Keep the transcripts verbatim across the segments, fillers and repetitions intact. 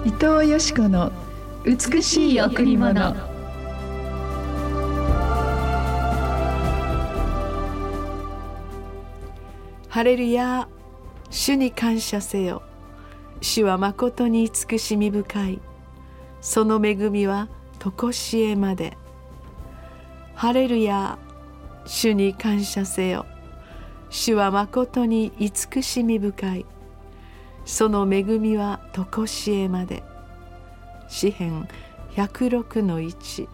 伊藤よし子の美しい贈り物。 ハレルヤ、主に感謝せよ。主は誠に慈しみ深い。その恵みはとこしえまで。ハレルヤ、主に感謝せよ。主は誠に慈しみ深い。その恵みはとこしえまで。詩編ひゃくろくのいち。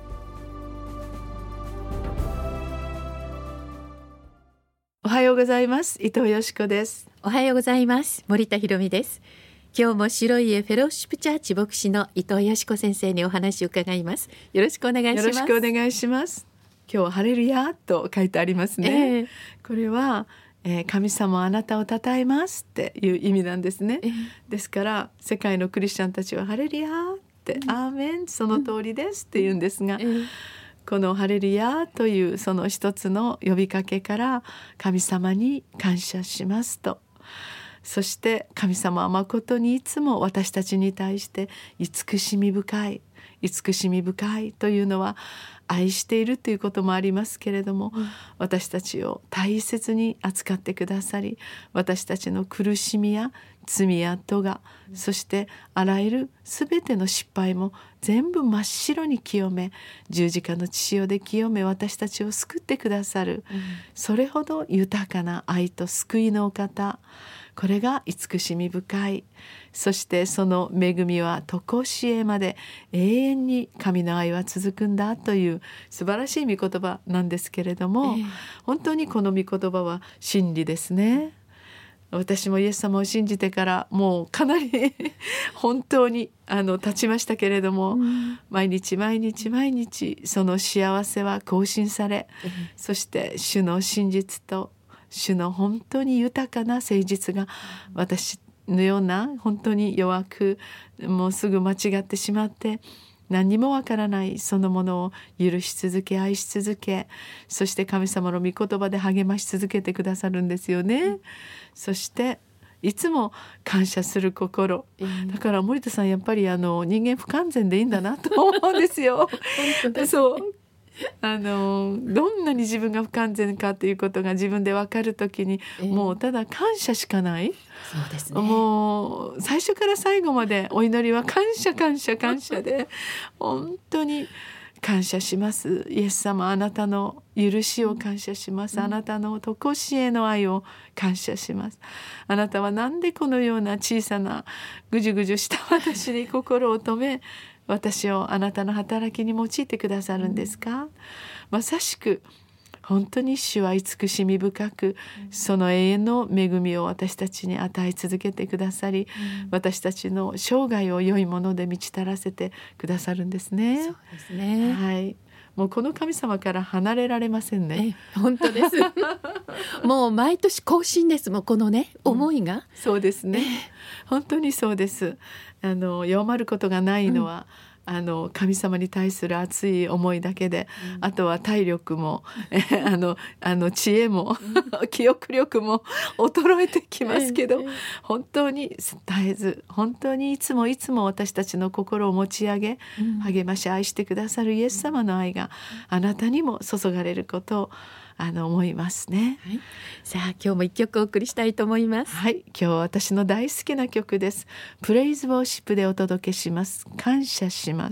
おはようございます。伊藤よし子です。 おはようございます。森田ひろみです。今日も白い家フェローシップチャーチ牧師の伊藤よし子先生にお話を伺います。よろしくお願いします。 よろしくお願いします。今日はハレルヤと書いてありますね、えー、これは、えー、神様あなたを称えますっていう意味なんですね、えー、ですから世界のクリスチャンたちはハレルヤって、うん、アーメン、その通りですって言うんですが、えーこのハレルヤというその一つの呼びかけから神様に感謝しますと、そして神様は誠にいつも私たちに対して慈しみ深い慈しみ深いというのは愛しているということもありますけれども、うん、私たちを大切に扱ってくださり、私たちの苦しみや罪や咎、うん、そしてあらゆるすべての失敗も全部真っ白に清め、十字架の血潮で清め私たちを救ってくださる、うん、それほど豊かな愛と救いのお方、これが慈しみ深い。そしてその恵みはとこしえまで永遠に神の愛は続くんだという素晴らしい御言葉なんですけれども、えー、本当にこの御言葉は真理ですね。私もイエス様を信じてからもうかなり本当にあの経ちましたけれども、うん、毎日毎日毎日その幸せは更新され、うん、そして主の真実と主の本当に豊かな誠実が私のような本当に弱くもうすぐ間違ってしまって何にもわからないそのものを許し続け愛し続け、そして神様の御言葉で励まし続けてくださるんですよね、うん、そしていつも感謝する心、えー、だから森田さんやっぱりあの人間不完全でいいんだなと思うんですよ本当です、ね、そうあのどんなに自分が不完全かということが自分で分かるときに、えー、もうただ感謝しかない。 そうですね、 もう最初から最後までお祈りは感謝感謝感謝で本当に感謝します。イエス様あなたの許しを感謝します、うん、あなたのとこしえの愛を感謝します。あなたはなんでこのような小さなぐじゅぐじゅした私に心を止め私をあなたの働きに用いてくださるんですか、うん、まさしく本当に主は慈しみ深く、うん、その永遠の恵みを私たちに与え続けてくださり、うん、私たちの生涯を良いもので満ち足らせてくださるんですね。 そうですね、 はい、もうこの神様から離れられませんね。 え本当ですもう毎年更新ですもんこのね思いが、うん、 そうですね、本当にそうです。あの弱まることがないのは、うん、あの神様に対する熱い思いだけで、うん、あとは体力もあのあの知恵も、うん、記憶力も衰えてきますけど、本当に絶えず本当にいつもいつも私たちの心を持ち上げ、うん、励まし愛してくださるイエス様の愛があなたにも注がれることをあの思いますね、 はい、さあ今日も一曲お送りしたいと思います。 はい、今日は私の大好きな曲です。プレイズウォーシップでお届けします。感謝します。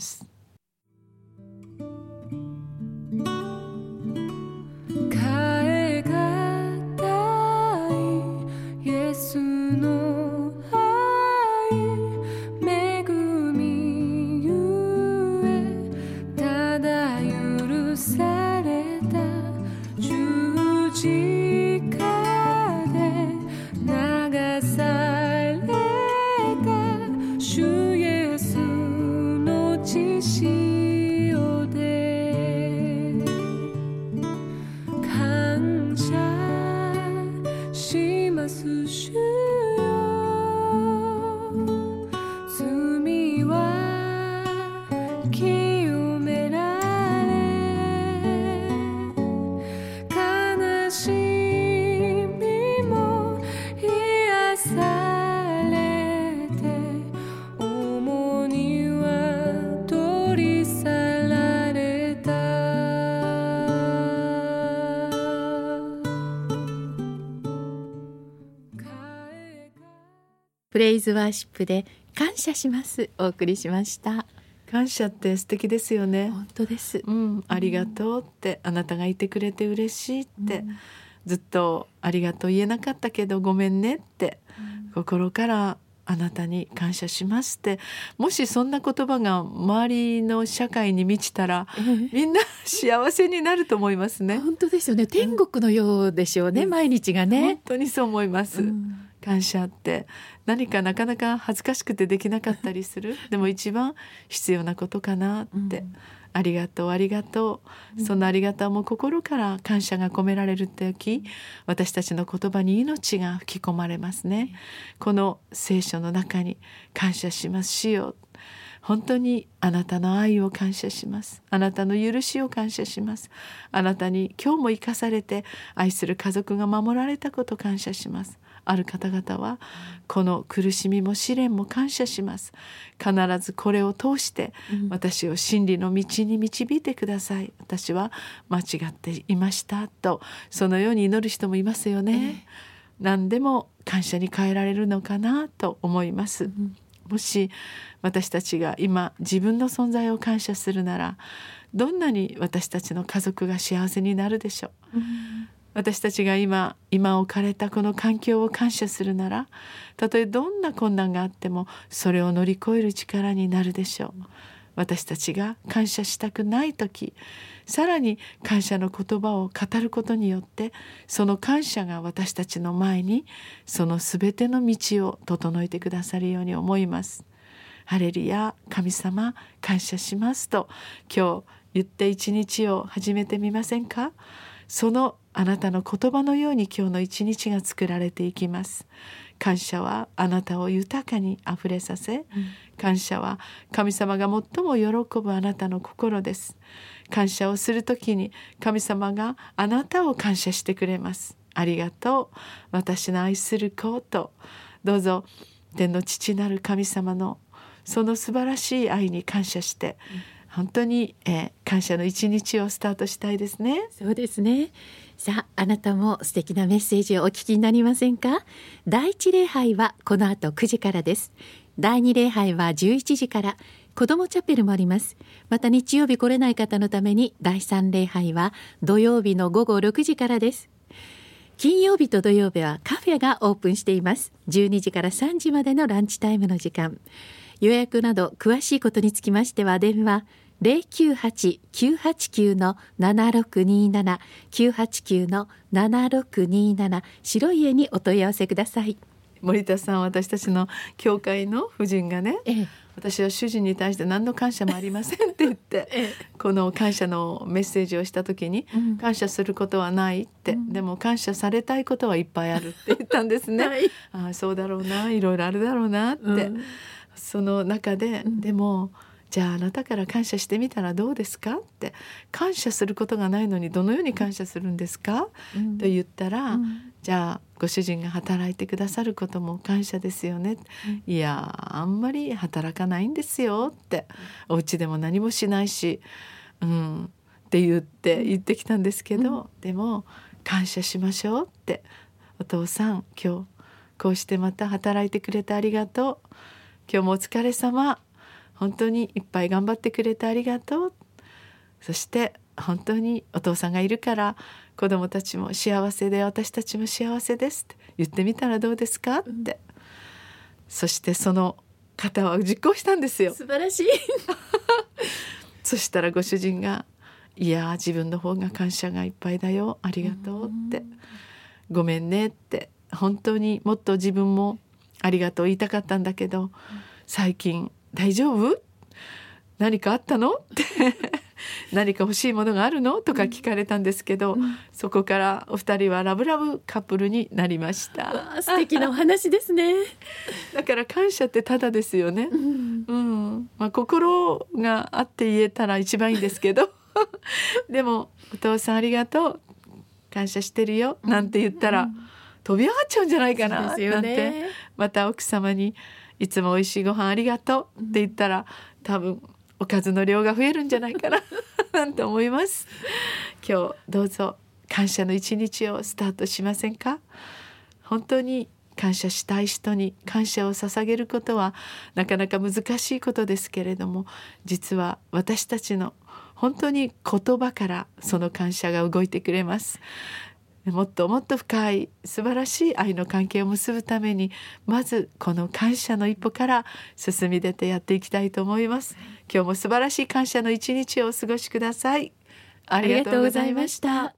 変え難いイエスの愛恵みゆえただ許された十字架で流された主イエスの血潮で感謝します主よ。罪は清められ悲しみも癒されて思プレイズワーシップで感謝しますお送りしました。 感謝って素敵ですよね。 本当です、 うん、ありがとうって、あなたがいてくれて嬉しいって、うん、ずっとありがとう言えなかったけどごめんねって、うん、心からあなたに感謝しますって、もしそんな言葉が周りの社会に満ちたら、えー、みんな幸せになると思いますね。 本当ですよね。天国のようでしょうね、うん、毎日がね。 本当にそう思います、うん、感謝って何かなかなか恥ずかしくてできなかったりするでも一番必要なことかなって、うん、ありがとうありがとう、そのありがとうも心から感謝が込められる時、私たちの言葉に命が吹き込まれますね。この聖書の中に感謝します主よ、本当にあなたの愛を感謝します。あなたの許しを感謝します。あなたに今日も生かされて愛する家族が守られたことを感謝します。ある方々はこの苦しみも試練も感謝します。必ずこれを通して私を真理の道に導いてください。私は間違っていましたと、そのように祈る人もいますよね。何でも感謝に変えられるのかなと思います、うん、もし私たちが今自分の存在を感謝するなら、どんなに私たちの家族が幸せになるでしょう、うん、私たちが今今置かれたこの環境を感謝するなら、たとえどんな困難があってもそれを乗り越える力になるでしょう。私たちが感謝したくないとき、さらに感謝の言葉を語ることによって、その感謝が私たちの前にそのすべての道を整えてくださるように思います。ハレルヤ、神様感謝しますと今日言って一日を始めてみませんか。そのあなたの言葉のように今日の一日が作られていきます。感謝はあなたを豊かにあふれさせ、うん、感謝は神様が最も喜ぶあなたの心です。感謝をするときに神様があなたを感謝してくれます。ありがとう私の愛する子と、どうぞ天の父なる神様のその素晴らしい愛に感謝して、うん、本当に、えー、感謝の一日をスタートしたいですね。 そうですね。さあ、あなたも素敵なメッセージをお聞きになりませんか。第一礼拝はこの後くじからです。第二礼拝はじゅういちじから、子どもチャペルもあります。また日曜日来れない方のために第三礼拝は土曜日の午後ろくじからです。金曜日と土曜日はカフェがオープンしています。じゅうにじからさんじまでのランチタイムの時間。予約など詳しいことにつきましては電話ゼロきゅうはち きゅうはちきゅう ななろくになな きゅうはちきゅう ななろくになな白い家にお問い合わせください。 森田さん、私たちの教会の夫人がね、ええ、私は主人に対して何の感謝もありませんって言って、ええ、この感謝のメッセージをした時に、うん、感謝することはないって、うん、でも感謝されたいことはいっぱいあるって言ったんですね、はい、ああそうだろうな、いろいろあるだろうなって、うん、その中で、うん、でもじゃああなたから感謝してみたらどうですかって、感謝することがないのにどのように感謝するんですか、うん、と言ったら、うん、じゃあご主人が働いてくださることも感謝ですよね、うん、いやあんまり働かないんですよって、お家でも何もしないし、うん、って言って言ってきたんですけど、うん、でも感謝しましょうって、お父さん今日こうしてまた働いてくれてありがとう、今日もお疲れ様、本当にいっぱい頑張ってくれてありがとう、そして本当にお父さんがいるから子どもたちも幸せで私たちも幸せですって言ってみたらどうですかって、うん、そしてその方は実行したんですよ。 素晴らしいそしたらご主人が、いや自分の方が感謝がいっぱいだよ、ありがとうって、ごめんねって、本当にもっと自分もありがとう言いたかったんだけど、最近大丈夫？何かあったの？って何か欲しいものがあるの？とか聞かれたんですけど、うん、そこからお二人はラブラブカップルになりました。 素敵なお話ですねだから感謝ってただですよね、うんうんまあ、心があって言えたら一番いいんですけどでもお父さんありがとう、感謝してるよなんて言ったら、うん、飛び上がっちゃうんじゃないかな、 ですよね、 なんて、また奥様にいつも美味しいご飯ありがとうって言ったら、多分おかずの量が増えるんじゃないかななんて思います。今日どうぞ感謝の一日をスタートしませんか。本当に感謝したい人に感謝を捧げることはなかなか難しいことですけれども、実は私たちの本当に言葉からその感謝が動いてくれます。もっともっと深い素晴らしい愛の関係を結ぶために、まずこの感謝の一歩から進み出てやっていきたいと思います。今日も素晴らしい感謝の一日をお過ごしください。ありがとうございました。